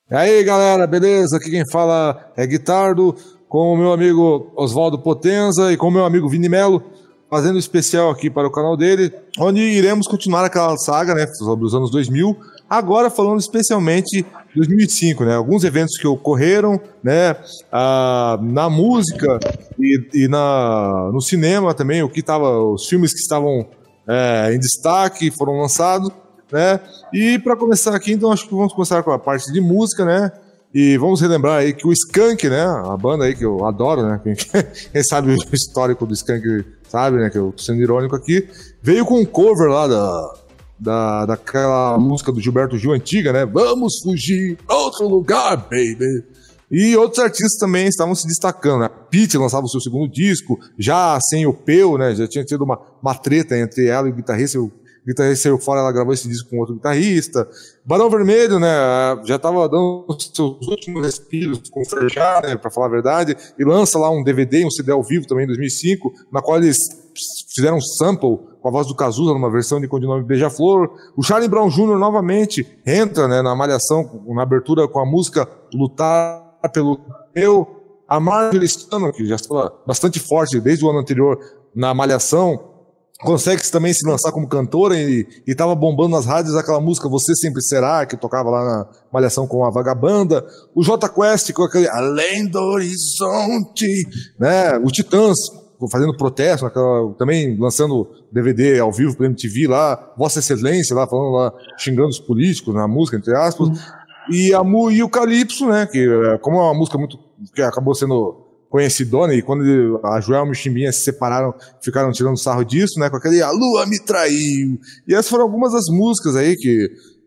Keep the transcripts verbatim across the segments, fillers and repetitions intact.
E aí, galera, beleza? Aqui quem fala é Guitardo, com o meu amigo Oswaldo Potenza e com o meu amigo Vini Melo, fazendo um especial aqui para o canal dele, onde iremos continuar aquela saga, né, sobre os anos dois mil, agora falando especialmente de dois mil e cinco, né, alguns eventos que ocorreram, né, ah, na música e, e na, no cinema também, o que tava, os filmes que estavam é, em destaque foram lançados, né? E para começar aqui, então acho que vamos começar com a parte de música, né? E vamos relembrar aí que o Skank, né? A banda aí que eu adoro, né? Quem, quem sabe o histórico do Skank sabe, né? Que eu tô sendo irônico aqui. Veio com um cover lá da, da, daquela música do Gilberto Gil antiga, né? Vamos fugir pra outro lugar, baby! E outros artistas também estavam se destacando, né? Pitty lançava o seu segundo disco, já sem o Peu, né? Já tinha tido uma, uma treta entre ela e o guitarrista, o O guitarrista saiu fora, ela gravou esse disco com outro guitarrista. Barão Vermelho, né, já tava dando seus últimos respiros com o Frejá, né, pra falar a verdade, e lança lá um D V D, um C D ao vivo também em dois mil e cinco, na qual eles fizeram um sample com a voz do Cazuza numa versão de Codinome Beija-Flor. O Charlie Brown Júnior novamente entra, né, na Malhação, na abertura com a música Lutar pelo Eu. A Marjorie Stano, que já estava bastante forte desde o ano anterior na Malhação, consegue também se lançar como cantora e, e tava bombando nas rádios aquela música Você Sempre Será, que tocava lá na Malhação com a Vagabanda. O Jota Quest com aquele Além do Horizonte, né? O Titãs fazendo protesto, aquela, também lançando D V D ao vivo pro M T V lá, Vossa Excelência lá, falando lá, xingando os políticos na música, entre aspas. Uhum. E, a, e o Calypso, né? Que como é uma música muito, que acabou sendo conhecidona, e quando ele, a Joelma e o Chimbinha se separaram, ficaram tirando sarro disso, né, com aquele A Lua Me Traiu. E essas foram algumas das músicas aí que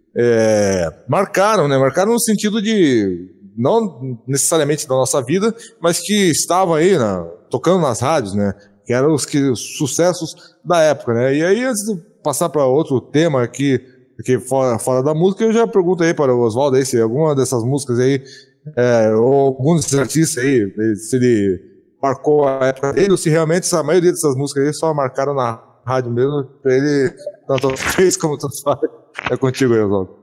é, marcaram, né, marcaram no sentido de, não necessariamente da nossa vida, mas que estavam aí, na, tocando nas rádios, né, que eram os, que, os sucessos da época, né. E aí, antes de passar para outro tema aqui, aqui fora, fora da música, eu já pergunto aí para o Oswaldo aí, se alguma dessas músicas aí É, ou alguns desses artistas aí, se ele marcou a época dele, ou se realmente a maioria dessas músicas aí só marcaram na rádio mesmo, pra ele tanto fez como tanto faz. É contigo aí, Oswaldo.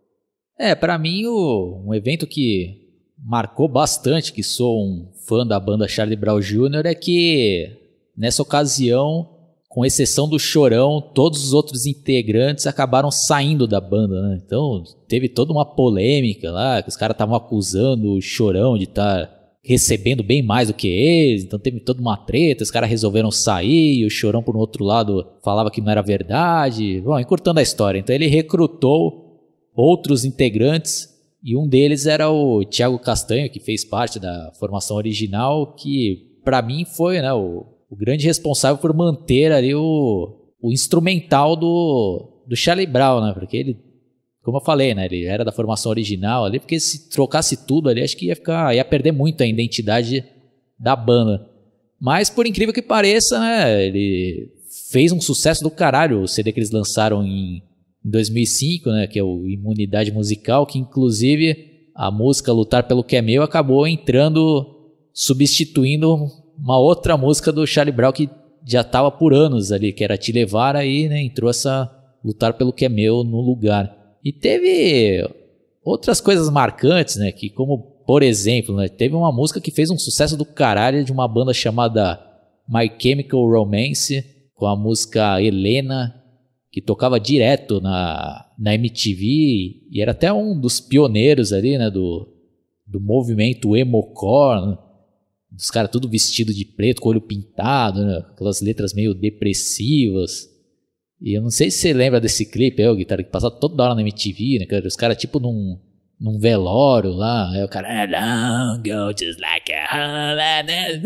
É, pra mim, o, um evento que marcou bastante, que sou um fã da banda Charlie Brown Júnior, é que nessa ocasião, com exceção do Chorão, todos os outros integrantes acabaram saindo da banda, né? Então, teve toda uma polêmica lá, que os caras estavam acusando o Chorão de estar tá recebendo bem mais do que eles, então teve toda uma treta, os caras resolveram sair, e o Chorão, por um outro lado, falava que não era verdade. Bom, encurtando a história, então ele recrutou outros integrantes, e um deles era o Thiago Castanho, que fez parte da formação original, que pra mim foi, né, o o grande responsável por manter ali o, o instrumental do, do Charlie Brown, né? Porque ele, como eu falei, né? Ele era da formação original ali, porque se trocasse tudo ali, acho que ia ficar, ia perder muito a identidade da banda. Mas, por incrível que pareça, né? Ele fez um sucesso do caralho, o C D que eles lançaram em, em dois mil e cinco, né? Que é o Imunidade Musical, que inclusive a música Lutar Pelo Que É Meu acabou entrando, substituindo uma outra música do Charlie Brown que já estava por anos ali, que era Te Levar, aí, né, entrou essa Lutar Pelo Que É Meu no lugar. E teve outras coisas marcantes, né, que como, por exemplo, né, teve uma música que fez um sucesso do caralho de uma banda chamada My Chemical Romance, com a música Helena, que tocava direto na, na M T V, e era até um dos pioneiros ali, né, do, do movimento emo-core, né? Os caras tudo vestido de preto, com o olho pintado, né? Aquelas letras meio depressivas. E eu não sei se você lembra desse clipe aí, o guitarra que passava toda hora na M T V, né? Os caras tipo num, num velório lá. Aí o cara, I don't go just like a holiday.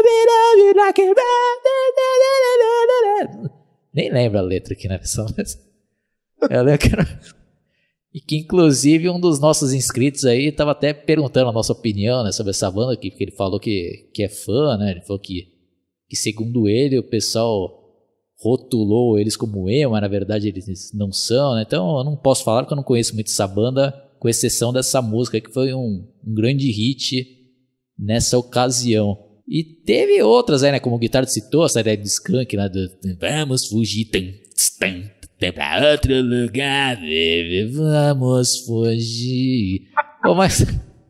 Nem lembro a letra aqui, né, pessoal? Eu lembro que era... E que, inclusive, um dos nossos inscritos aí estava até perguntando a nossa opinião, né, sobre essa banda, que, que ele falou que, que é fã, né? Ele falou que, que, segundo ele, o pessoal rotulou eles como emo, mas na verdade eles não são, né? Então eu não posso falar porque eu não conheço muito essa banda, com exceção dessa música que foi um, um grande hit nessa ocasião. E teve outras aí, né? Como o Guitarra citou, essa ideia do Skank, né? Do, vamos fugir, tem, tem. Tem pra outro lugar, baby, vamos fugir. Pô, mas...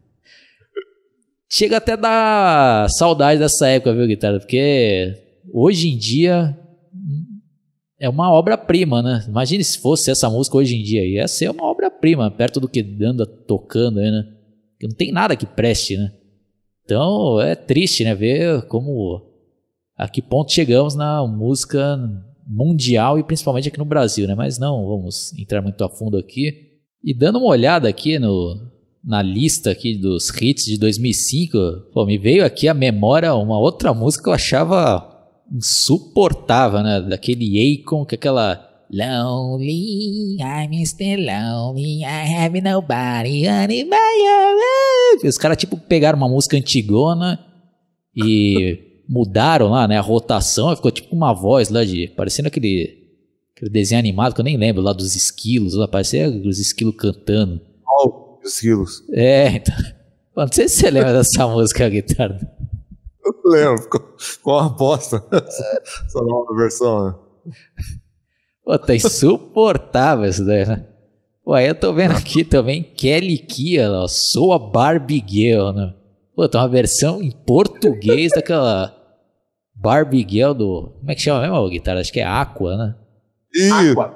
Chega até a dar saudade dessa época, viu, Guitarra? Porque hoje em dia é uma obra-prima, né? Imagine se fosse essa música hoje em dia. Ia ser uma obra-prima, perto do que anda tocando aí, né? Porque não tem nada que preste, né? Então é triste, né? Ver como... A que ponto chegamos na música mundial e principalmente aqui no Brasil, né? Mas não vamos entrar muito a fundo aqui. E dando uma olhada aqui no... na lista aqui dos hits de dois mil e cinco, pô, me veio aqui à memória uma outra música que eu achava insuportável, né? Daquele Akon, que é aquela Lonely, I'm mister Lonely, I have nobody, honey, my love. Os caras tipo pegaram uma música antigona e mudaram lá, né, a rotação, e ficou tipo uma voz lá de, parecendo aquele, aquele desenho animado que eu nem lembro, lá dos esquilos, lá parecia os esquilos cantando. Oh. Esquilos. É, então. Pô, não sei se você lembra dessa música, Guitarra. Eu lembro, ficou, ficou uma aposta. Essa nova versão, né? Pô, tá insuportável isso daí, né? Pô, aí eu tô vendo aqui também Kelly Key, ó, Sou a Barbie Girl, né? Pô, tem uma versão em português daquela Barbie Girl do... Como é que chama mesmo, Guitarra? Acho que é Aqua, né? Ih. Aqua.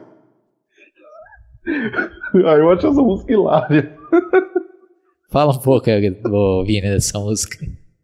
Ah, eu acho essa música hilária. Fala um pouco, ô, Vini, dessa música.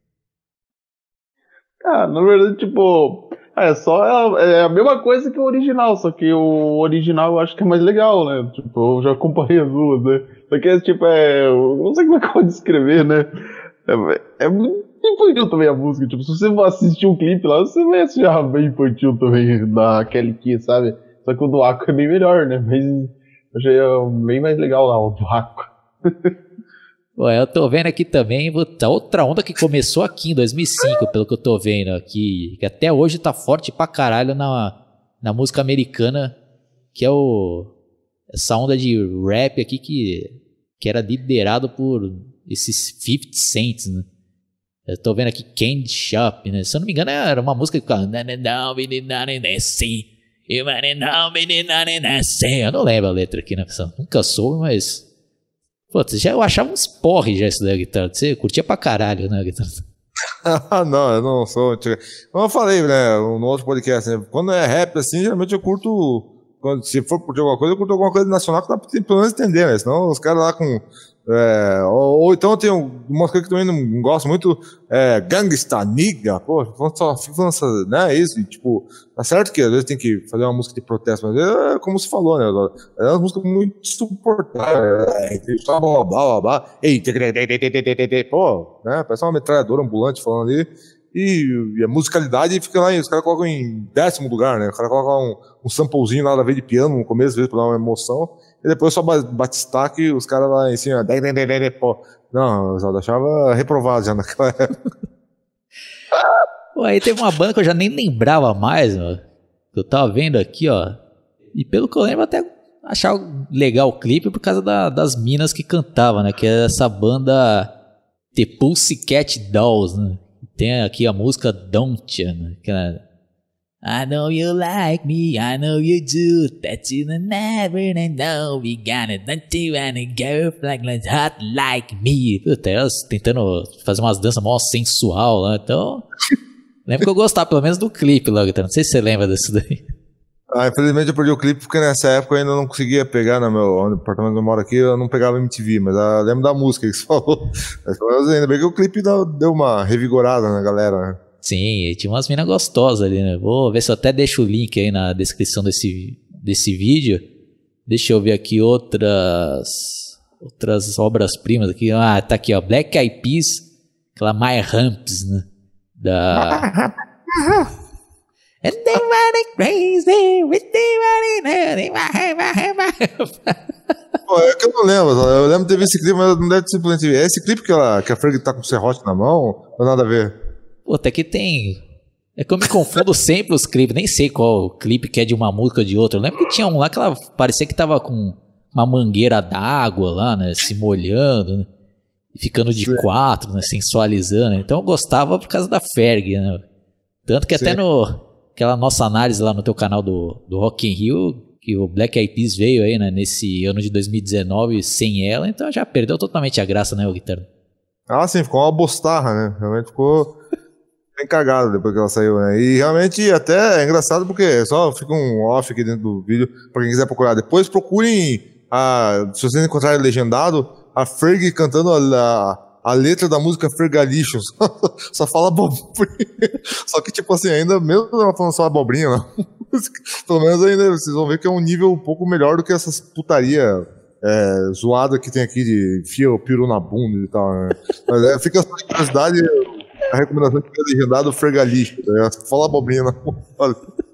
Ah, na verdade, tipo, é só é a mesma coisa que o original, só que o original eu acho que é mais legal, né? Tipo, eu já acompanhei as duas, né? Só que, tipo, é... Eu não sei como é que eu vou descrever, né? É, é muito infantil também a música. Tipo, se você for assistir um clipe lá, você vai achar bem infantil também da Kelly Key, sabe? Só que o do Aqua é bem melhor, né? Mas... Eu achei bem mais legal lá, o Aqua. Ué, eu tô vendo aqui também a outra onda que começou aqui em dois mil e cinco, pelo que eu tô vendo aqui, que até hoje tá forte pra caralho na, na música americana, que é o essa onda de rap aqui que, que era liderado por esses fifty Cent, né? Eu tô vendo aqui Candy Shop, né? Se eu não me engano era uma música que ficava... Eu não lembro a letra aqui, né, pessoal? Nunca soube, mas... Pô, já, eu achava uns porre já isso da guitarra. Você curtia pra caralho, né, a guitarra? Ah, não, eu não sou... Como eu falei, né, no outro podcast, né, quando é rap, assim, geralmente eu curto... Quando, se for curtir alguma coisa, eu curto alguma coisa nacional que dá pra pelo menos entender, né? Senão os caras lá com... É, ou, ou então tem uma coisa que também não gosto muito, é Gangsta Nigga, pô, só fico falando essa, né, isso, e, tipo, tá certo que às vezes tem que fazer uma música de protesto, mas é como se falou, né, é uma música muito suportável, é, só blá blá blá blá, ei, pô, né, parece uma metralhadora ambulante falando ali, e, e a musicalidade fica lá, os caras colocam em décimo lugar, né, os caras colocam um, um samplezinho lá da vez de piano no começo, às vezes pra dar uma emoção. E depois só batistaque e os caras lá em cima, pô. Não, eu só achava reprovado já naquela época. Pô, aí teve uma banda que eu já nem lembrava mais, mano, que eu tava vendo aqui, ó. E pelo que eu lembro, até achava legal o clipe por causa da, das minas que cantavam, né? Que é essa banda The Pussycat Dolls, né? Tem aqui a música Don't You, né? Que é... I know you like me, I know you do, that you never know we got it, don't you wanna go like hot like me. Puta, elas tentando fazer umas danças mó sensual lá, então... Lembro que eu gostava pelo menos do clipe lá, não sei se você lembra disso daí. Ah, infelizmente eu perdi o clipe porque nessa época eu ainda não conseguia pegar no meu no apartamento que eu moro aqui, eu não pegava M T V, mas eu lembro da música que você falou. Mas ainda bem que o clipe deu uma revigorada na galera, né? Sim, tinha umas minas gostosas ali, né? Vou ver se eu até deixo o link aí na descrição desse, desse vídeo. Deixa eu ver aqui outras outras obras-primas aqui. Ah, tá aqui, ó. Black Eyed Peas, aquela My Ramps, né? Da... And they running crazy with the Pô, é que eu não lembro. Eu lembro de ter visto esse clipe, mas não deve ter simplesmente... É esse clipe que, ela, que a Ferg tá com o serrote na mão? Ou nada a ver? Pô, até que tem... É que eu me confundo sempre os clipes, nem sei qual clipe que é de uma música ou de outra. Eu lembro que tinha um lá que ela parecia que tava com uma mangueira d'água lá, né, se molhando, né, e ficando de Sim. quatro, né, sensualizando. Então eu gostava por causa da Ferg, né. Tanto que Sim. até no... Aquela nossa análise lá no teu canal do, do Rock in Rio, que o Black Eyed Peas veio aí, né, nesse ano de dois mil e dezenove sem ela, então já perdeu totalmente a graça, né, o Guitardo? Ah, sim, ficou uma bostarra, né? Realmente ficou bem cagado depois que ela saiu, né? E realmente até é engraçado porque só fica um off aqui dentro do vídeo pra quem quiser procurar. Depois procurem, a, se vocês encontrarem legendado, a Ferg cantando a, a, a letra da música Fergalicious. Só fala abobrinha. Só que, tipo assim, ainda mesmo ela falando só abobrinha, não. Pelo menos ainda vocês vão ver que é um nível um pouco melhor do que essas putaria é, zoada que tem aqui de enfia o piru na bunda e tal, né? Mas é, fica essa curiosidade, a recomendação de ter legendado Fergalicious. Né? Fala abobrinha, não. Olha.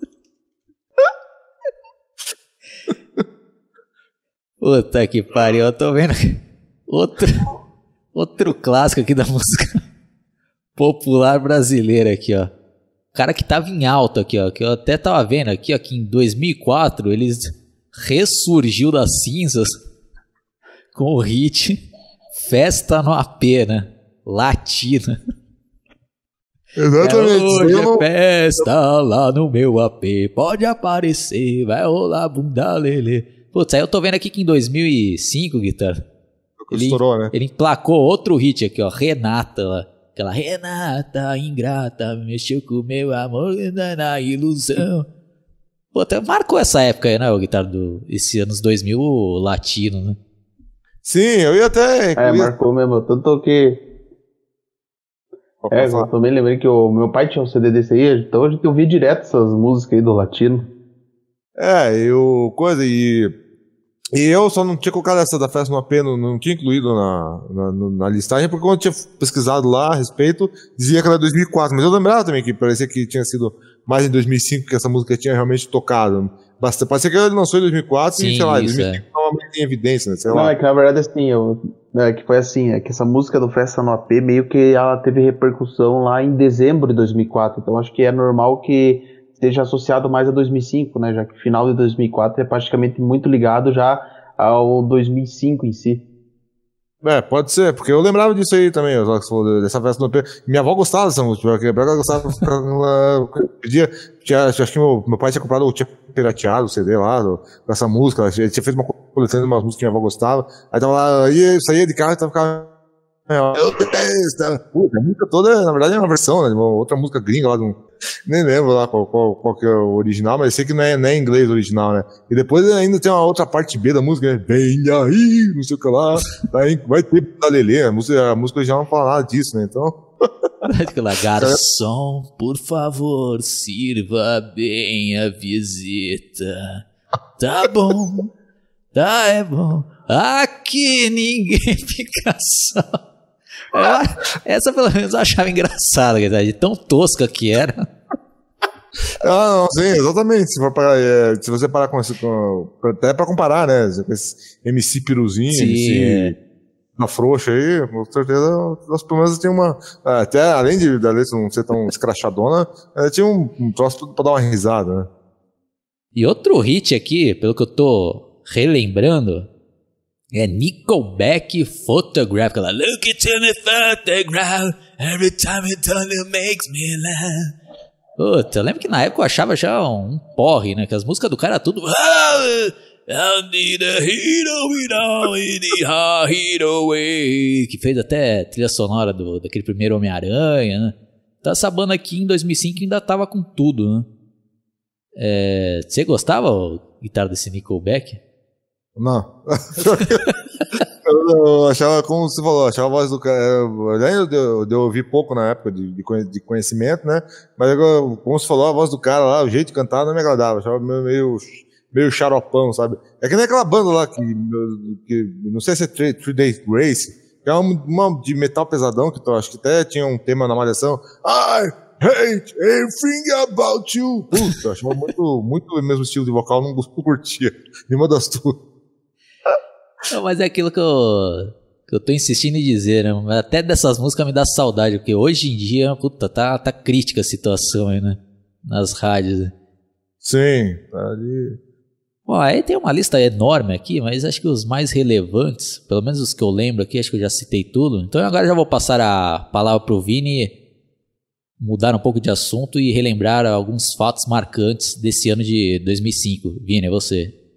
Puta que pariu, eu tô vendo outro, outro clássico aqui da música popular brasileira aqui, ó. O cara que tava em alta aqui, ó, que eu até tava vendo aqui, ó, que em dois mil e quatro eles ressurgiu das cinzas com o hit Festa no A P, né? Latina. Exatamente. É, hoje é festa lá no meu A P, pode aparecer, vai rolar bunda lelê. Putz, aí eu tô vendo aqui que em dois mil e cinco, Guitarra, ele, estourou, né? ele emplacou outro hit aqui, ó, Renata lá. Aquela Renata ingrata, mexeu com o meu amor na ilusão. Pô, até marcou essa época aí, né, o Guitarra, do, esse anos dois mil latino, né? Sim, eu ia até... É, eu ia... marcou mesmo, tanto que... É, eu também lembrei que o meu pai tinha um C D desse aí, então a gente ouvia direto essas músicas aí do latino. É, eu... Coisa, e... E eu só não tinha colocado essa da Festa no A P, não, não tinha incluído na, na, na listagem, porque quando eu tinha pesquisado lá a respeito, dizia que era dois mil e quatro, mas eu lembrava também que parecia que tinha sido mais em dois mil e cinco que essa música tinha realmente tocado. Basta, parecia que ele lançou em dois mil e quatro Sim, e, sei lá, em isso, dois mil e cinco estava é. em evidência, né? Sei não, lá. é que na verdade assim, eu, é que foi assim, é que essa música do Festa no A P meio que ela teve repercussão lá em dezembro de dois mil e quatro, então acho que é normal que esteja associado mais a dois mil e cinco, né, já que o final de dois mil e quatro é praticamente muito ligado já ao dois mil e cinco em si. É, pode ser, porque eu lembrava disso aí também, só que você falou dessa Festa no A P. Minha avó gostava dessa música, porque ela gostava, ela pedia, tinha, acho que meu, meu pai tinha comprado, tinha pirateado o C D lá, do, dessa música, ele tinha feito uma coletânea de umas músicas que minha avó gostava, aí tava lá, aí saía de casa e tava ficando... Eu detesto. Puta, a música toda, na verdade, é uma versão, né, de uma outra música gringa lá, de um, nem lembro lá qual, qual, qual que é o original, mas sei que não é, não é inglês original, né? E depois ainda tem uma outra parte B da música, né? Vem aí, não sei o que lá, aí vai ter da Lelê, a música, a música já não fala nada disso, né? Então. Aquela, garçom, por favor, sirva bem a visita. Tá bom, tá, é bom. Aqui ninguém fica só. Essa pelo menos eu achava engraçada, de tão tosca que era. Ah, não, sim, exatamente. Se, for parar, é, se você parar com esse. Com, até pra comparar, né? Com esse M C Piruzinho, sim, M C é. na frouxa aí, com certeza as pelo menos tem uma. Até além de, da letra não ser tão escrachadona, é, tinha um, um troço pra dar uma risada, né? E outro hit aqui, pelo que eu tô relembrando, é Nickelback Photograph. Ela, look into me photograph, every time it done it makes me laugh. Puta, eu lembro que na época eu achava já um porre, né? Que as músicas do cara tudo... I need a hero, hero, hero, away. Que fez até trilha sonora do, daquele primeiro Homem-Aranha, né? Então essa banda aqui em dois mil e cinco ainda tava com tudo, né? É, você gostava, guitarra desse Nickelback? Não. Eu achava, como você falou, achava a voz do cara. Eu, eu, eu ouvi pouco na época de, de conhecimento, né? Mas eu, como você falou, a voz do cara lá, o jeito de cantar não me agradava. Eu achava meio, meio xaropão, sabe? É que nem aquela banda lá que, que não sei se é Three, Three Days Grace, que é uma, uma de metal pesadão, que eu acho que até tinha um tema na malhação. I hate everything about you. Puta, eu achava muito, muito o mesmo estilo de vocal, não, não curtia. Nenhuma das duas. Não, mas é aquilo que eu, que eu tô insistindo em dizer, né? Até dessas músicas me dá saudade, porque hoje em dia, puta, tá, tá crítica a situação aí, né? Nas rádios. Né? Sim, tá ali. Bom, aí tem uma lista enorme aqui, mas acho que os mais relevantes, pelo menos os que eu lembro aqui, acho que eu já citei tudo. Então agora já vou passar a palavra pro Vini mudar um pouco de assunto e relembrar alguns fatos marcantes desse ano de dois mil e cinco. Vini, é você.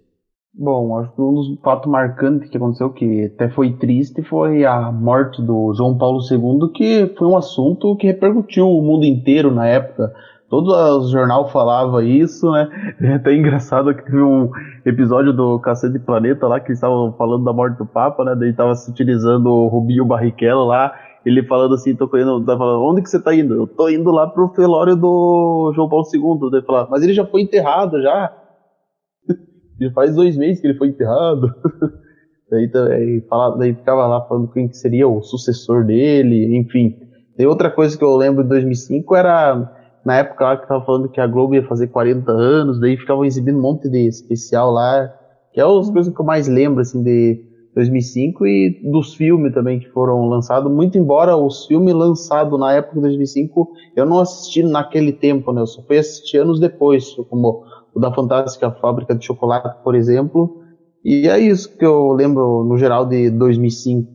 Bom, acho que um dos fatos marcantes que aconteceu, que até foi triste, foi a morte do João Paulo segundo, que foi um assunto que repercutiu o mundo inteiro na época. Todo o jornal falava isso, né? É até engraçado que teve um episódio do Cacete Planeta lá, que eles estavam falando da morte do Papa, né? Daí tava se utilizando o Rubinho Barrichello lá, ele falando assim, tô indo, tá falando, onde que você tá indo? Eu tô indo lá pro velório do João Paulo segundo. Daí falava, mas ele já foi enterrado, já. Já faz dois meses que ele foi enterrado. daí, daí, falava, daí ficava lá falando quem que seria o sucessor dele, enfim. E outra coisa que eu lembro de dois mil e cinco era, na época lá que tava falando que a Globo ia fazer quarenta anos, daí ficavam exibindo um monte de especial lá, que é as coisas que eu mais lembro, assim, de dois mil e cinco e dos filmes também que foram lançados, muito embora os filmes lançados na época de dois mil e cinco eu não assisti naquele tempo, né, eu só fui assistir anos depois, como o da Fantástica Fábrica de Chocolate, por exemplo, e é isso que eu lembro no geral de dois mil e cinco.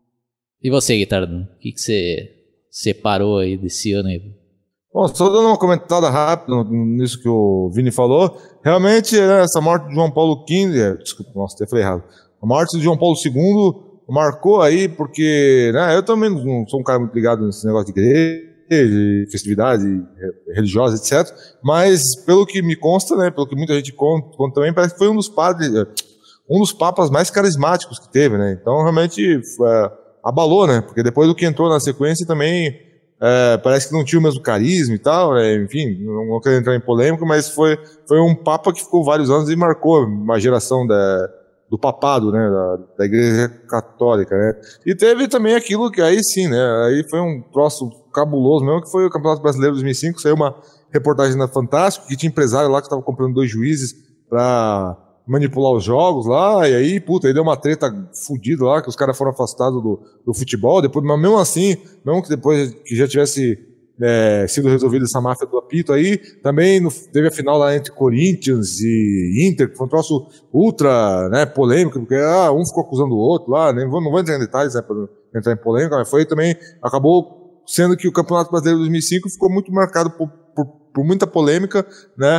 E você, Guitardo, o que, que você separou aí desse ano aí? Bom, só dando uma comentada rápida nisso que o Vini falou, realmente, né, essa morte de João Paulo quinze, desculpa, nossa, até falei errado, a morte de João Paulo segundo marcou aí, porque, né, eu também não sou um cara muito ligado nesse negócio de igreja, de festividade religiosa, etcétera. Mas, pelo que me consta, né, pelo que muita gente conta, conta também, parece que foi um dos padres, um dos papas mais carismáticos que teve, né? Então, realmente, é, abalou, né? Porque depois do que entrou na sequência também, é, parece que não tinha o mesmo carisma e tal, né? Enfim, não, não quero entrar em polêmica, mas foi, foi um papa que ficou vários anos e marcou uma geração da, do papado, né? Da, da Igreja Católica, né? E teve também aquilo que aí sim, né? Aí foi um troço cabuloso mesmo, que foi o Campeonato Brasileiro de dois mil e cinco, saiu uma reportagem na Fantástico, que tinha empresário lá que estava comprando dois juízes para manipular os jogos lá, e aí, puta, aí deu uma treta fodida lá, que os caras foram afastados do, do futebol, depois, mas mesmo assim, mesmo que depois que já tivesse é, sido resolvida essa máfia do apito aí, também no, teve a final lá entre Corinthians e Inter, que foi um troço ultra, né, polêmico, porque ah, um ficou acusando o outro lá, nem vou, não vou entrar em detalhes, né, para entrar em polêmica, mas foi também, acabou sendo que o Campeonato Brasileiro de dois mil e cinco ficou muito marcado por, por, por muita polêmica, né,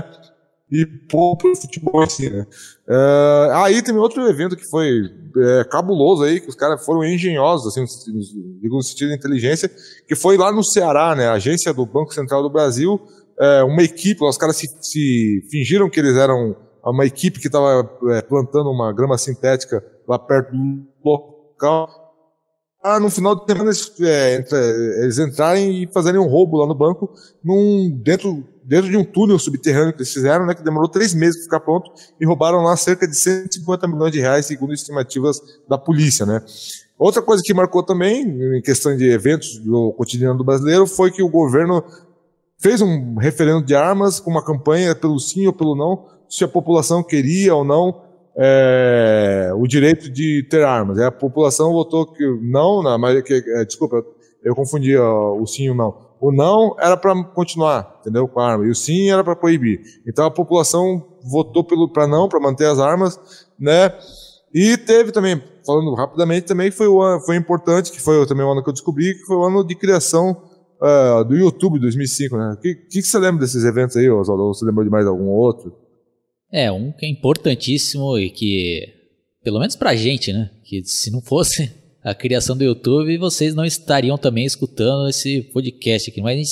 e pouco futebol assim, né. Uh, aí tem outro evento que foi é, cabuloso aí, que os caras foram engenhosos, assim, digo no sentido de inteligência, que foi lá no Ceará, né, a agência do Banco Central do Brasil, é, uma equipe, os caras se, se fingiram que eles eram uma equipe que estava é, plantando uma grama sintética lá perto do local. Ah, no final de semana eles, é, entra, eles entrarem e fazerem um roubo lá no banco num, dentro, dentro de um túnel subterrâneo que eles fizeram, né, que demorou três meses para ficar pronto, e roubaram lá cerca de cento e cinquenta milhões de reais, segundo estimativas da polícia, né. Outra coisa que marcou também, em questão de eventos do cotidiano do brasileiro, foi que o governo fez um referendo de armas com uma campanha pelo sim ou pelo não, se a população queria ou não É, o direito de ter armas. A população votou que não, não mas que, é, desculpa, eu confundi ó, o sim e o não. O não era para continuar, entendeu, com a arma, e o sim era para proibir. Então a população votou para não, para manter as armas, né? E teve também, falando rapidamente, também foi o ano, foi importante, que foi também o ano que eu descobri, que foi o ano de criação uh, do YouTube dois mil e cinco, né? O que, que, que você lembra desses eventos aí, Oswaldo? Ou você lembra de mais algum outro? É, um que é importantíssimo e que, pelo menos pra gente, né, que se não fosse a criação do YouTube, vocês não estariam também escutando esse podcast aqui, mas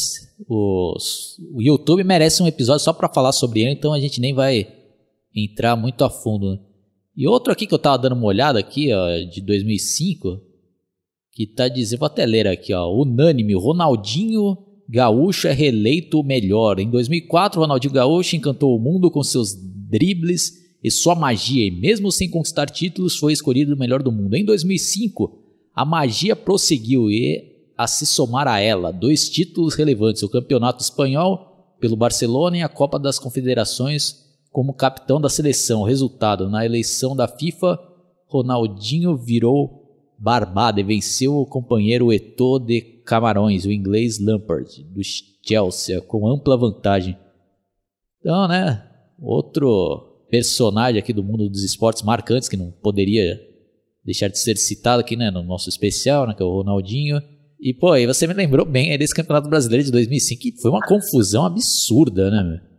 os, o YouTube merece um episódio só pra falar sobre ele, então a gente nem vai entrar muito a fundo, né? E outro aqui que eu tava dando uma olhada aqui, ó, de dois mil e cinco, que tá dizendo, vou até ler aqui, ó, unânime, Ronaldinho Gaúcho é reeleito o melhor. Em dois mil e quatro, Ronaldinho Gaúcho encantou o mundo com seus dribles e sua magia, e mesmo sem conquistar títulos, foi escolhido o melhor do mundo. Em dois mil e cinco, a magia prosseguiu e, a se somar a ela, dois títulos relevantes, o Campeonato Espanhol pelo Barcelona e a Copa das Confederações como capitão da seleção. Resultado, na eleição da FIFA, Ronaldinho virou barbada e venceu o companheiro Eto'o de Camarões, o inglês Lampard, do Chelsea, com ampla vantagem. Então, né, outro personagem aqui do mundo dos esportes marcantes, que não poderia deixar de ser citado aqui, né, no nosso especial, né, que é o Ronaldinho. E, pô, aí você me lembrou bem aí desse Campeonato Brasileiro de dois mil e cinco, que foi uma confusão absurda, né, meu?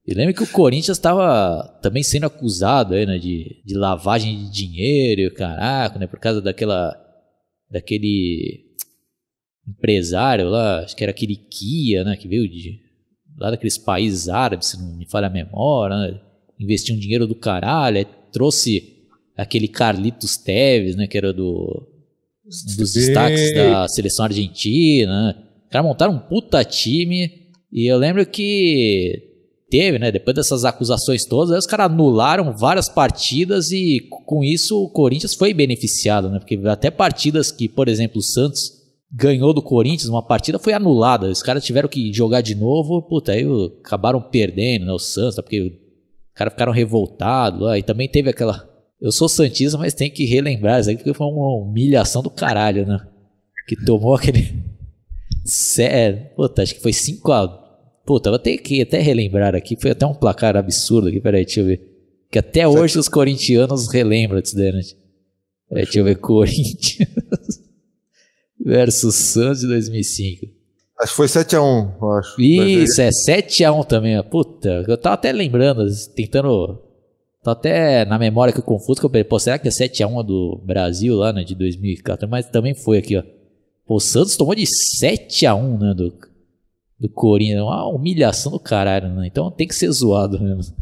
E lembra que o Corinthians estava também sendo acusado aí, né, de, de lavagem de dinheiro, caraca, né, por causa daquela, daquele empresário lá, acho que era aquele Kia, né, que veio de, lá daqueles países árabes, se não me falha a memória, né, investiu um dinheiro do caralho, aí trouxe aquele Carlitos Tevez, né, que era do, um dos destaques da seleção argentina, né. Os caras montaram um puta time, e eu lembro que teve, né, depois dessas acusações todas, aí os caras anularam várias partidas e com isso o Corinthians foi beneficiado, né, porque até partidas que, por exemplo, o Santos ganhou do Corinthians, uma partida foi anulada, os caras tiveram que jogar de novo, puta, aí acabaram perdendo, né, o Santos, porque os caras ficaram revoltados, aí também teve aquela, eu sou santista, mas tem que relembrar isso aí, porque foi uma humilhação do caralho, né, que tomou aquele, sério, puta, acho que foi cinco a Puta, vou ter que até relembrar aqui. Foi até um placar absurdo aqui. Peraí, deixa eu ver. Que até hoje os corintianos relembram disso daí, né? Peraí, deixa eu ver. Corinthians versus Santos de dois mil e cinco. Acho que foi sete a um, eu acho. Isso, é sete a um também. Puta, eu tava até lembrando, tentando... Tô até na memória que eu confuso. Que eu pensei, pô, será que é sete a um do Brasil lá, né? De dois mil e quatro? Mas também foi aqui, ó. Pô, o Santos tomou de sete a um, né? Do... do Corinthians, uma humilhação do caralho, né? Então tem que ser zoado mesmo.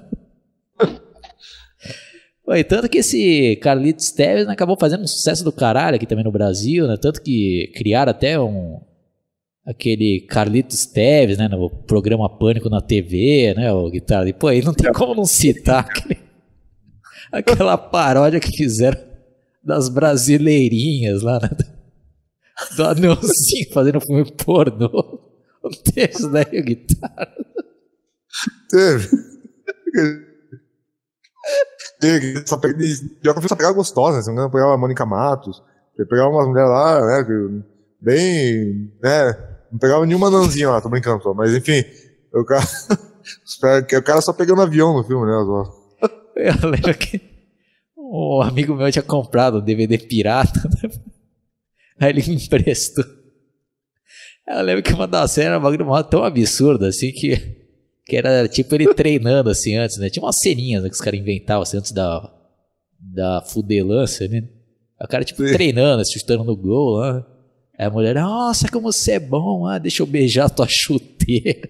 Foi, tanto que esse Carlitos Tevez, né, acabou fazendo um sucesso do caralho aqui também no Brasil, né? Tanto que criaram até um aquele Carlitos Tevez, né, no programa Pânico na T V, né, o guitarra. E pô, aí não tem como não citar aquele, aquela paródia que fizeram das brasileirinhas lá, né? Do anãozinho fazendo filme pornô. Não teve isso daí, o guitarra. Teve. Teve. Só peguei, só pegava gostosa, né? Não pegava a Mônica Matos. Pegava umas mulheres lá, né? Bem. Né? Não pegava nenhuma nanzinha lá, tô brincando só. Mas enfim, o cara. O cara só pegando avião no filme, né? Eu lembro que um amigo meu tinha comprado um D V D pirata, né? Aí ele me emprestou. Eu lembro que uma das cenas era um bagulho tão absurdo, assim, que, que era tipo ele treinando, assim, antes, né? Tinha umas ceninhas, né, que os caras inventavam, assim, antes da, da fudelância, né? O cara, tipo, Sim. treinando, chutando no gol lá. Aí a mulher, nossa, como você é bom, ah, deixa eu beijar a tua chuteira.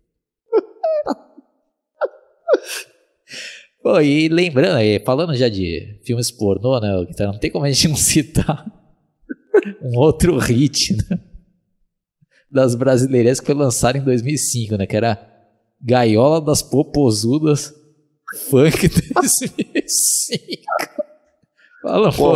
Pô, e lembrando aí, falando já de filmes pornô, né? Não tem como a gente não citar um outro hit, né? Das brasileiras que foi lançado em dois mil e cinco, né? Que era Gaiola das Popozudas Funk dois mil e cinco. Fala um pouco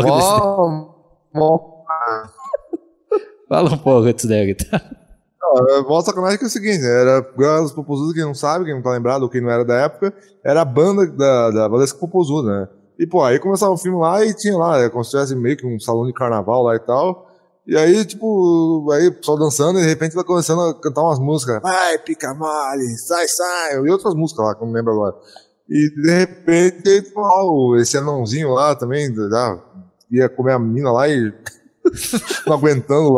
desse... Fala um pouco disso daí, tá? Não, mó sacanagem que é o seguinte, era Gaiola das Popozudas, quem não sabe, quem não tá lembrado, ou quem não era da época, era a banda da, da Valesca Popozuda, né? E, pô, aí começava o filme lá e tinha lá, como se tivesse meio que um salão de carnaval lá e tal. E aí, tipo, aí o pessoal dançando e de repente vai começando a cantar umas músicas. Vai, pica mole, sai, sai. E outras músicas lá, que eu não lembro agora. E de repente, pô, esse anãozinho lá também, já ia comer a menina lá e não aguentando lá.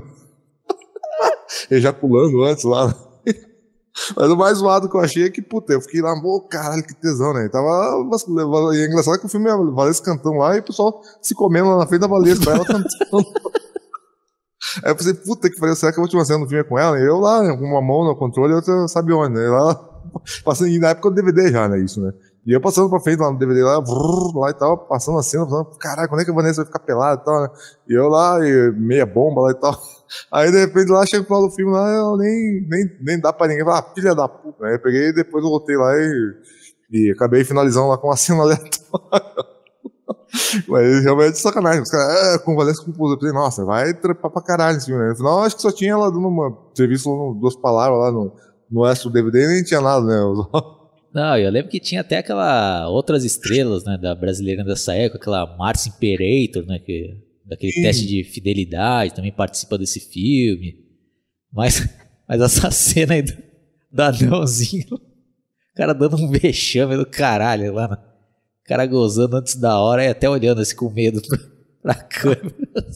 E ejaculando antes lá. Mas o mais zoado que eu achei é que, puta, eu fiquei lá, pô, caralho, que tesão, né? E tava. E é engraçado que o filme é a Valesca cantando lá e o pessoal se comendo lá na frente da Valesca, ela cantando. Aí eu pensei, puta que pariu, será que a última cena do filme é com ela? E eu lá, né, com uma mão no controle e outra sabe onde, né? Lá, passando, e na época do D V D já, né, isso, né? E eu passando pra frente lá no D V D, lá, vrr, lá e tal, passando a cena, passando, caralho, quando é que a Vanessa vai ficar pelada e tal, né? E eu lá, e meia bomba lá e tal. Aí de repente lá, chega pro final do filme lá, eu nem, nem, nem dá pra ninguém, falar, ah, filha da puta, né? Eu peguei e depois eu voltei lá e, e acabei finalizando lá com uma cena aleatória. Mas realmente sacanagem. Os caras, é, com Valesca Popozuda. Eu falei, nossa, vai trepar pra caralho esse filme, né? No final, acho que só tinha ela dando uma serviço, duas palavras lá no, no extra do D V D e nem tinha nada, né? Não, eu lembro que tinha até aquela outras estrelas, né, da brasileira dessa época, aquela Marcia Imperator, né, que, daquele Sim. teste de fidelidade, também participa desse filme. Mas, mas essa cena aí do, do anãozinho, o cara dando um vexame do caralho lá, né? O cara gozando antes da hora e até olhando assim com medo pra, pra câmera.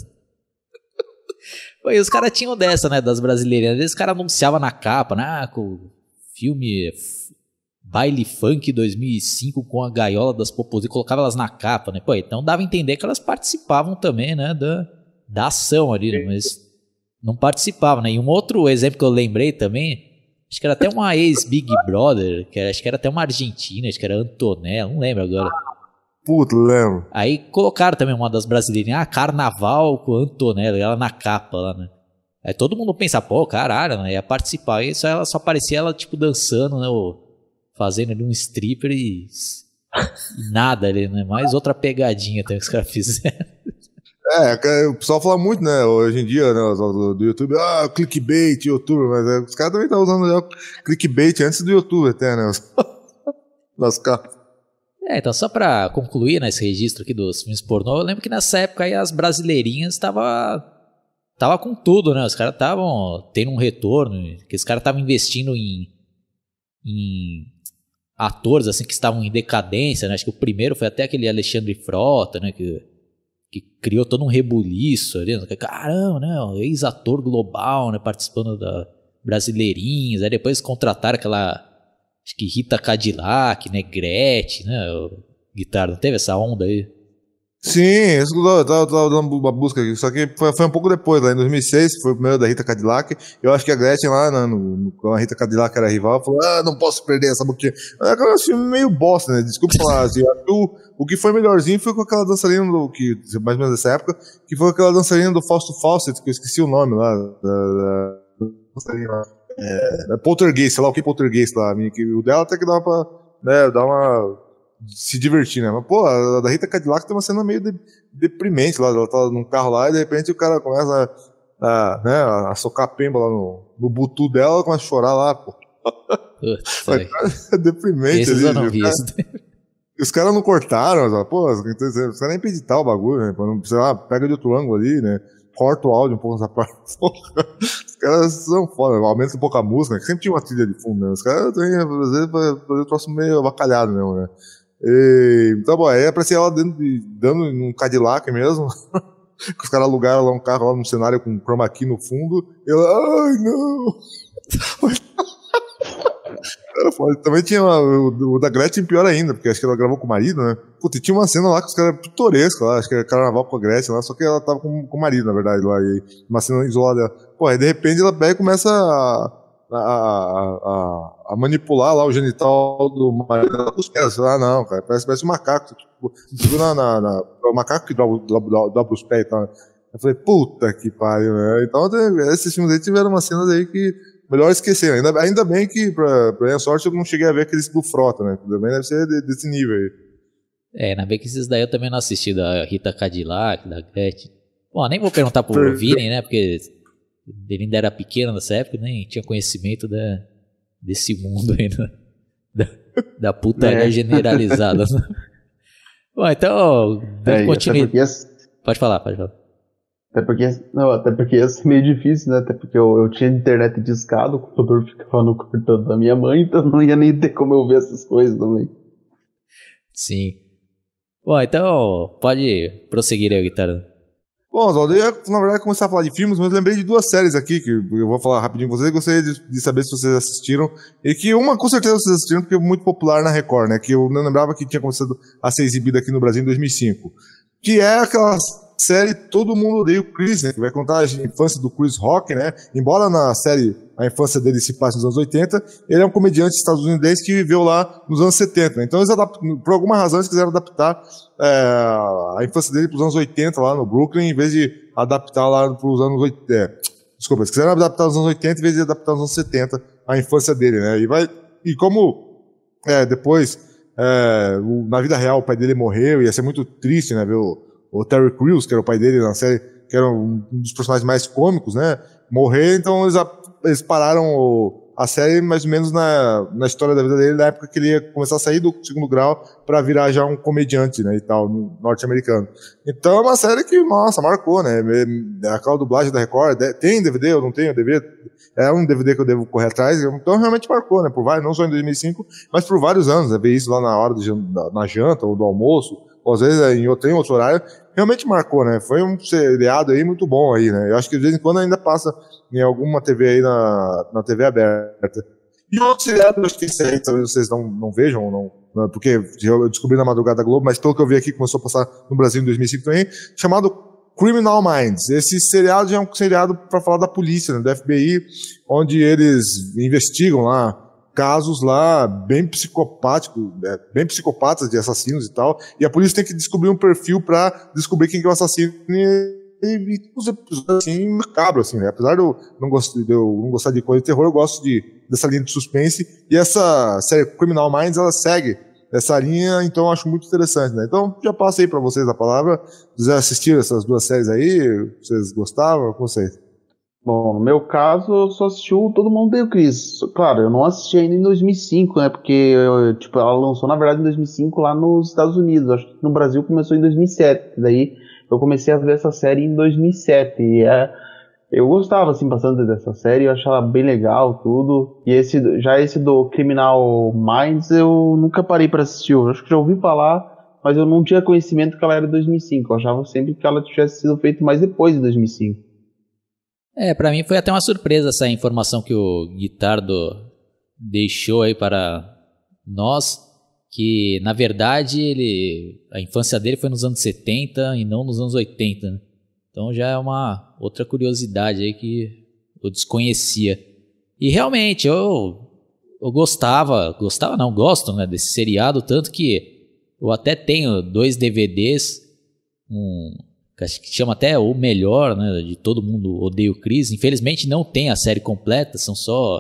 E os caras tinham dessa, né, das brasileiras. Às vezes os caras anunciavam na capa, né, ah, com filme Baile Funk dois mil e cinco com a Gaiola das Popôs e colocava elas na capa, né? Pô, então dava a entender que elas participavam também, né, da, da ação ali, né? Mas não participavam, né? E um outro exemplo que eu lembrei também, acho que era até uma ex-Big Brother, que era, acho que era até uma argentina, acho que era Antonella, não lembro agora. Puta, lembro. Aí colocaram também uma das brasileirinhas, ah, Carnaval com Antonella, ela na capa lá, né? Aí todo mundo pensa, pô, caralho, né? Ia participar. E só, ela só aparecia ela, tipo, dançando, né? Ou fazendo ali um stripper e, e nada ali, né? Mais outra pegadinha também que os caras fizeram. É, o pessoal fala muito, né? Hoje em dia, né? Do, do YouTube, ah, clickbait, YouTube, mas é, os caras também estão usando já clickbait antes do YouTube até, né? Nas capas. É, então só pra concluir nesse registro aqui dos filmes pornô, eu lembro que nessa época aí as brasileirinhas estavam tava com tudo, né? Os caras estavam tendo um retorno, que os caras estavam investindo em, em atores assim que estavam em decadência, né? Acho que o primeiro foi até aquele Alexandre Frota, né? Que, que criou todo um rebuliço ali, né? Caramba, né? Um ex-ator global, né? Participando da Brasileirinhas, aí depois contrataram aquela... Acho que Rita Cadillac, né? Gretchen, né? O Guitarra, não teve essa onda aí? Sim, isso eu tava, tava dando uma busca aqui. Só que foi, foi um pouco depois, lá em dois mil e seis, que foi o primeiro da Rita Cadillac. Eu acho que a Gretchen lá, no, no, quando a Rita Cadillac era rival, falou: ah, não posso perder essa boquinha. É um filme meio bosta, né? Desculpa falar assim. O, o que foi melhorzinho foi com aquela dançarina do. Que, mais ou menos dessa época, que foi aquela dançarina do Fausto Fawcett, que eu esqueci o nome lá. Da, da, da dançarina lá. É, Poltergeist, sei lá o que Poltergeist lá. Que o dela até que dava pra, né, dar uma. Se divertir, né? Mas, pô, a da Rita Cadillac tem uma cena meio de, deprimente lá. Ela tá num carro lá e de repente o cara começa a, a, né, a socar a pemba lá no, no butu dela, ela começa a chorar lá, pô. Putz, mas, cara, é deprimente. Esses ali, eu não vi. Cara, esse... os caras não cortaram, sabe? Pô, os caras nem pra editar o bagulho, né? Pra não, sei lá, pega de outro ângulo ali, né? Corta o áudio um pouco nessa parte. Os caras são foda, aumenta um pouco a música, né? Que sempre tinha uma trilha de fundo, né? Os caras também, às vezes, fazer o troço meio abacalhado mesmo, né? E, então, bom, aí aparecia ela dando, dando num Cadillac mesmo. Que os caras alugaram lá um carro lá num cenário com chroma key no fundo. E ela, ai, não! Era foda. Também tinha uma, o, o da Gretchen pior ainda, porque acho que ela gravou com o marido, né? Puta, e tinha uma cena lá que os caras eram pitorescos lá, acho que era carnaval com a Gretchen lá, só que ela tava com, com o marido, na verdade, lá, e uma cena isolada. Pô, aí de repente ela pega e começa a, a, a, a manipular lá o genital do marido com os pés. Sei lá, não, cara, parece, parece um macaco, tipo, tipo na, na, na, o macaco que dobra, dobra, dobra os pés e tal. Eu falei, puta que pariu, né? Então, esses filmes aí tiveram umas cenas aí que melhor esquecer. Ainda, ainda bem que, pra, pra minha sorte, eu não cheguei a ver aqueles do Frota, né? Também deve ser de, desse nível aí. É, ainda bem que esses daí eu também não assisti, da Rita Cadillac, da Gretchen. Bom, nem vou perguntar pro Vini, né? Porque ele ainda era pequeno nessa época, nem tinha conhecimento da, desse mundo aí, né? da, da putaria é. generalizada. Bom, então, dando é, continuidade. As... Pode falar, pode falar. Até porque, não, até porque ia ser meio difícil, né? Até porque eu, eu tinha internet discado, o computador ficava no quarto da minha mãe, então não ia nem ter como eu ver essas coisas também. Sim. Bom, então pode prosseguir aí, Guitarra. Bom, Oswaldo, eu ia, na verdade, começar a falar de filmes, mas eu lembrei de duas séries aqui, que eu vou falar rapidinho com vocês, gostaria de, de saber se vocês assistiram, e que uma, com certeza, vocês assistiram, porque é muito popular na Record, né? Que eu não lembrava que tinha começado a ser exibida aqui no Brasil em dois mil e cinco. Que é aquela série Todo Mundo Odeia o Chris, né? Que vai contar a infância do Chris Rock, né? Embora na série a infância dele se passe nos anos oitenta, ele é um comediante estadunidense que viveu lá nos anos setenta. Então, eles adaptam, por alguma razão, eles quiseram adaptar é, a infância dele para os anos oitenta lá no Brooklyn, em vez de adaptar lá para os anos oitenta. É, desculpa, eles quiseram adaptar nos anos oitenta em vez de adaptar nos anos setenta a infância dele, né? E, vai, e como é, depois, é, o, na vida real, o pai dele morreu, ia ser muito triste, né? Ver o, o Terry Crews, que era o pai dele na série, que era um dos personagens mais cômicos, né? Morrer, então eles, eles pararam o, a série mais ou menos na, na história da vida dele, na época que ele ia começar a sair do segundo grau para virar já um comediante, né, e tal, norte-americano. Então é uma série que, nossa, marcou, né? Aquela dublagem da Record, tem D V D, eu não tenho D V D, é um D V D que eu devo correr atrás, então realmente marcou, né? Por vários, não só em dois mil e cinco, mas por vários anos, né? Ver isso lá na hora de, na janta ou do almoço, ou às vezes em outro, em outro horário, realmente marcou, né? Foi um seriado aí muito bom aí, né? Eu acho que de vez em quando ainda passa em alguma T V aí na, na T V aberta. E outro seriado, acho que esse aí talvez vocês não, não vejam, ou não, não, porque eu descobri na madrugada da Globo, mas pelo que eu vi aqui, começou a passar no Brasil em dois mil e cinco também, chamado Criminal Minds. Esse seriado já é um seriado para falar da polícia, né, do F B I, onde eles investigam lá casos lá bem psicopáticos, né, bem psicopatas de assassinos e tal, e a polícia tem que descobrir um perfil para descobrir quem que é o assassino. E E os episódios assim, macabro, assim, né? Apesar de eu, não gost, de eu não gostar de coisa de terror, eu gosto de, dessa linha de suspense. E essa série Criminal Minds, ela segue essa linha, então eu acho muito interessante, né? Então, já passo aí pra vocês a palavra. Vocês assistiram essas duas séries aí? Vocês gostavam? Com vocês? Bom, no meu caso, eu só assisti o Todo Mundo Odeia o Chris. Claro, eu não assisti ainda em dois mil e cinco, né? Porque eu, tipo, ela lançou, na verdade, em dois mil e cinco lá nos Estados Unidos. Acho que no Brasil começou em dois mil e sete. Daí eu comecei a ver essa série em dois mil e sete. E é, eu gostava, assim, bastante dessa série. Eu achava bem legal, tudo. E esse, já esse do Criminal Minds, eu nunca parei pra assistir. Eu acho que já ouvi falar, mas eu não tinha conhecimento que ela era de dois mil e cinco. Eu achava sempre que ela tivesse sido feita mais depois de dois mil e cinco. É, pra mim foi até uma surpresa essa informação que o Guitardo deixou aí para nós, que na verdade ele, a infância dele foi nos anos setenta e não nos anos oitenta, né? Então já é uma outra curiosidade aí que eu desconhecia. E realmente eu, eu gostava, gostava não, gosto, né, desse seriado, tanto que eu até tenho dois D V Ds, um que acho que chama até O Melhor, né, de Todo Mundo Odeia o Chris. Infelizmente não tem a série completa, são só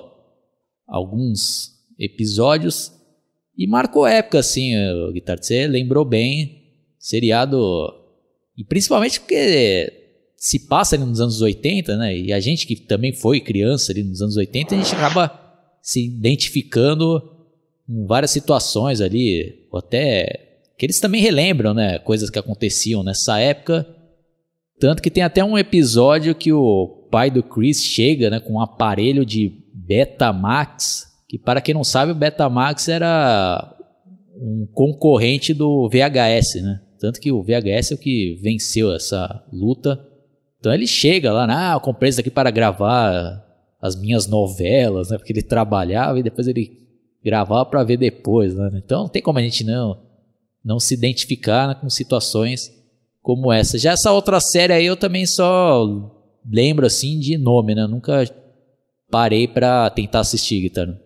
alguns episódios. E marcou época, assim, o Guitardo, você lembrou bem, seriado, e principalmente porque se passa ali nos anos oitenta, né, e a gente que também foi criança ali nos anos oitenta, a gente acaba se identificando em várias situações ali, ou até que eles também relembram, né, coisas que aconteciam nessa época. Tanto que tem até um episódio que o pai do Chris chega, né, com um aparelho de Betamax, que para quem não sabe, o Betamax era um concorrente do V H S, né? Tanto que o V H S é o que venceu essa luta. Então ele chega lá, ah, eu comprei isso aqui para gravar as minhas novelas, né? Porque ele trabalhava e depois ele gravava para ver depois, né? Então não tem como a gente não, não se identificar, né, com situações como essa. Já essa outra série aí eu também só lembro assim de nome, né? Nunca parei para tentar assistir, Guitarra.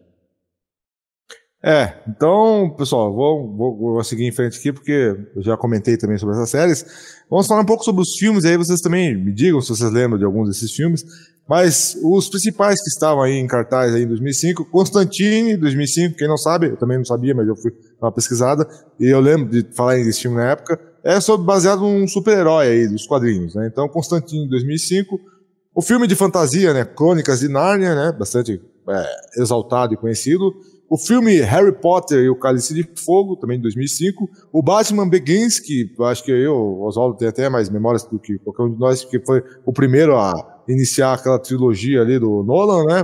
É, então, pessoal, vou, vou, vou seguir em frente aqui, porque eu já comentei também sobre essas séries. Vamos falar um pouco sobre os filmes, aí vocês também me digam se vocês lembram de alguns desses filmes. Mas os principais que estavam aí em cartaz aí em dois mil e cinco, Constantine, dois mil e cinco, quem não sabe, eu também não sabia, mas eu fui dar uma pesquisada, e eu lembro de falar desse filme na época, é sobre, baseado num super-herói aí dos quadrinhos, né? Então, Constantine, dois mil e cinco, o filme de fantasia, né, Crônicas de Nárnia, né, bastante é, exaltado e conhecido. O filme Harry Potter e o Cálice de Fogo, também de dois mil e cinco. O Batman Begins, que eu acho que eu, o Oswaldo, tem até mais memórias do que qualquer um de nós, porque foi o primeiro a iniciar aquela trilogia ali do Nolan, né?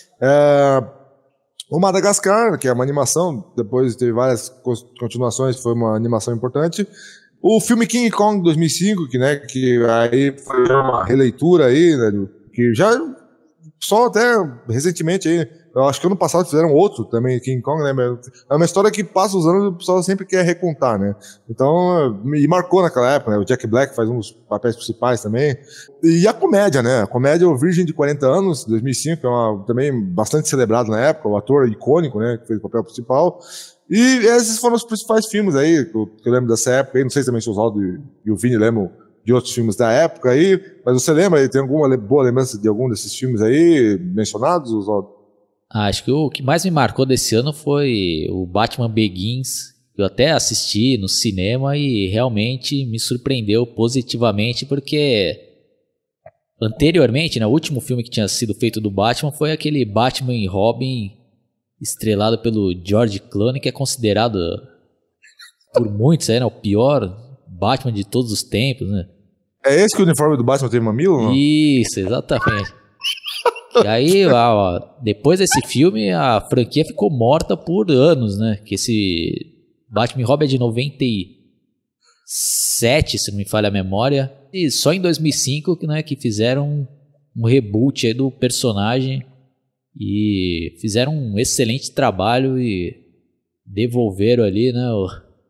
É, o Madagascar, que é uma animação, depois teve várias continuações, foi uma animação importante. O filme King Kong de dois mil e cinco, que, né, que aí foi uma releitura aí, né, que já só até recentemente aí, eu acho que ano passado fizeram outro também, King Kong, né? É uma história que passa os anos e o pessoal sempre quer recontar, né? Então, e marcou naquela época, né? O Jack Black faz um dos papéis principais também. E a comédia, né? A comédia O Virgem de quarenta anos, dois mil e cinco, é uma, também bastante celebrado na época, o ator icônico, né? Que fez o papel principal. E esses foram os principais filmes aí, que eu, que eu lembro dessa época aí. Não sei também se o Oswaldo e o Vini lembram de outros filmes da época aí, mas você lembra, tem alguma boa lembrança de algum desses filmes aí mencionados, Oswaldo? Acho que o que mais me marcou desse ano foi o Batman Begins. Eu até assisti no cinema e realmente me surpreendeu positivamente, porque anteriormente, né, o último filme que tinha sido feito do Batman foi aquele Batman e Robin, estrelado pelo George Clooney, que é considerado por muitos aí, né, o pior Batman de todos os tempos, né? É esse que o uniforme do Batman tem mamilo, não? Isso, exatamente. E aí, ó, depois desse filme, a franquia ficou morta por anos, né? Que esse Batman e Robin é de noventa e sete, se não me falha a memória. E só em dois mil e cinco, né, que fizeram um reboot aí do personagem. e fizeram um excelente trabalho e devolveram ali, né, o,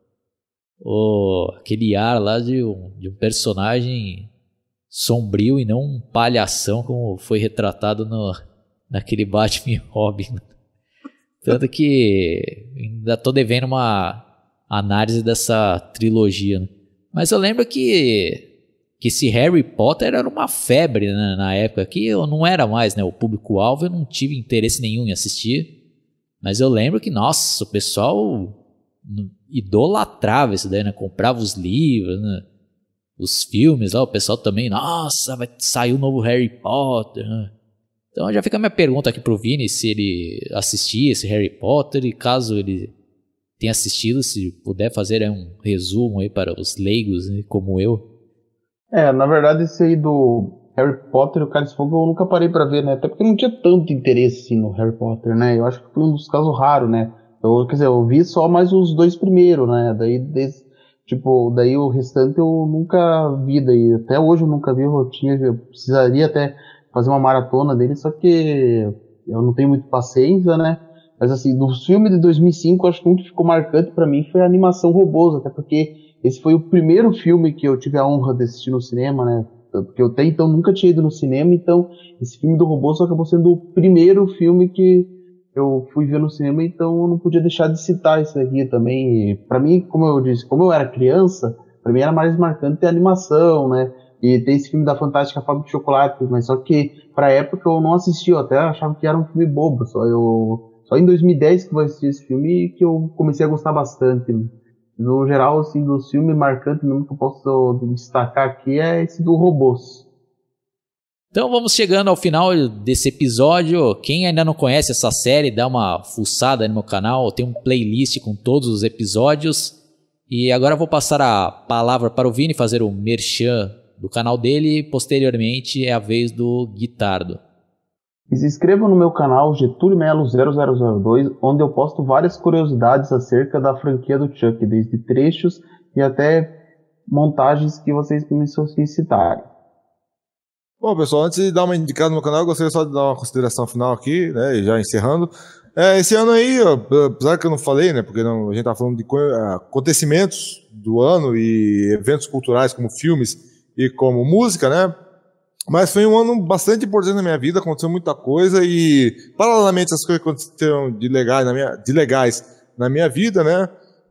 o, aquele ar lá de um, de um personagem sombrio e não um palhação como foi retratado no, naquele Batman e Robin. Tanto que ainda tô devendo uma análise dessa trilogia, né? Mas eu lembro que que esse Harry Potter era uma febre, né, na época, que eu não era mais, né, o público-alvo, eu não tive interesse nenhum em assistir, mas eu lembro que, nossa, o pessoal idolatrava isso daí, né, comprava os livros, né, os filmes lá, o pessoal também, nossa, vai sair o novo Harry Potter, né? Então já fica a minha pergunta aqui pro Vini, se ele assistia esse Harry Potter, e caso ele tenha assistido, se puder fazer aí um resumo aí para os leigos, né, como eu. É, na verdade esse aí do Harry Potter e o Cálice de Fogo eu nunca parei pra ver, né? Até porque não tinha tanto interesse assim, no Harry Potter, né? Eu acho que foi um dos casos raros, né? Eu, quer dizer, eu vi só mais os dois primeiros, né? Daí, desse, tipo, daí o restante eu nunca vi, daí até hoje eu nunca vi, eu, tinha, eu precisaria até fazer uma maratona dele, só que eu não tenho muito paciência, né? Mas assim, dos filmes de dois mil e cinco, eu acho que um que ficou marcante pra mim foi a animação Robôs, até porque esse foi o primeiro filme que eu tive a honra de assistir no cinema, né? Porque eu até então nunca tinha ido no cinema, então esse filme do Robôs acabou sendo o primeiro filme que eu fui ver no cinema, então eu não podia deixar de citar isso aqui também. E pra mim, como eu disse, como eu era criança, pra mim era mais marcante a animação, né? E tem esse filme da Fantástica Fábrica de Chocolate, mas só que pra época eu não assisti, eu até achava que era um filme bobo, só eu só em dois mil e dez que eu assisti esse filme e que eu comecei a gostar bastante. No geral, assim, do filme marcante mesmo que eu posso destacar aqui é esse do Robôs. Então vamos chegando ao final desse episódio. Quem ainda não conhece essa série, dá uma fuçada no meu canal, tem um playlist com todos os episódios. E agora eu vou passar a palavra para o Vini fazer o merchan do canal dele, e posteriormente é a vez do Guitardo. E se inscreva no meu canal Getúlio Melo zero zero zero dois, onde eu posto várias curiosidades acerca da franquia do Chuck, desde trechos e até montagens que vocês me solicitarem. Bom, pessoal, antes de dar uma indicada no meu canal, eu gostaria só de dar uma consideração final aqui, né, já encerrando. É, esse ano aí, apesar que eu não falei, né, porque não, a gente tá falando de acontecimentos do ano e eventos culturais como filmes e como música, né, mas foi um ano bastante importante na minha vida, aconteceu muita coisa e, paralelamente às coisas que aconteceram de legais na minha, de legais na minha vida, né,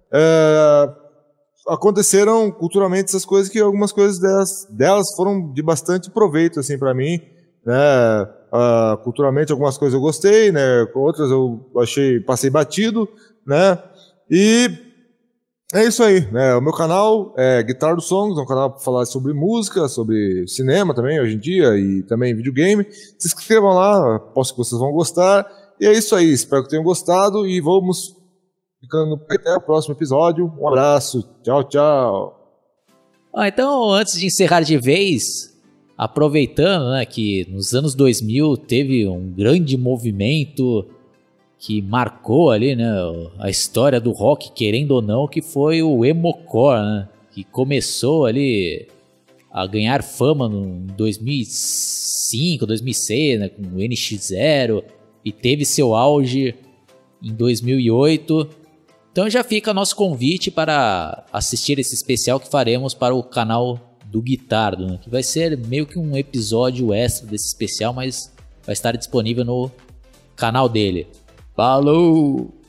é, aconteceram culturalmente essas coisas que algumas coisas delas, delas foram de bastante proveito, assim, para mim, né, uh, culturalmente algumas coisas eu gostei, né, outras eu achei, passei batido, né, e é isso aí, né, o meu canal é Guitar do Songs, é um canal para falar sobre música, sobre cinema também, hoje em dia, e também videogame. Se inscrevam lá, aposto que vocês vão gostar, e é isso aí, espero que tenham gostado, e vamos ficando até o próximo episódio. Um abraço, tchau, tchau. Ah, então, antes de encerrar de vez, aproveitando, né, que nos anos dois mil teve um grande movimento que marcou ali, né, a história do rock, querendo ou não, que foi o emocore, né, que começou ali a ganhar fama em dois mil e cinco, dois mil e seis, né, com o N X zero, e teve seu auge em dois mil e oito. Então já fica nosso convite para assistir esse especial que faremos para o canal do Guitardo, né? Que vai ser meio que um episódio extra desse especial, mas vai estar disponível no canal dele. Falou!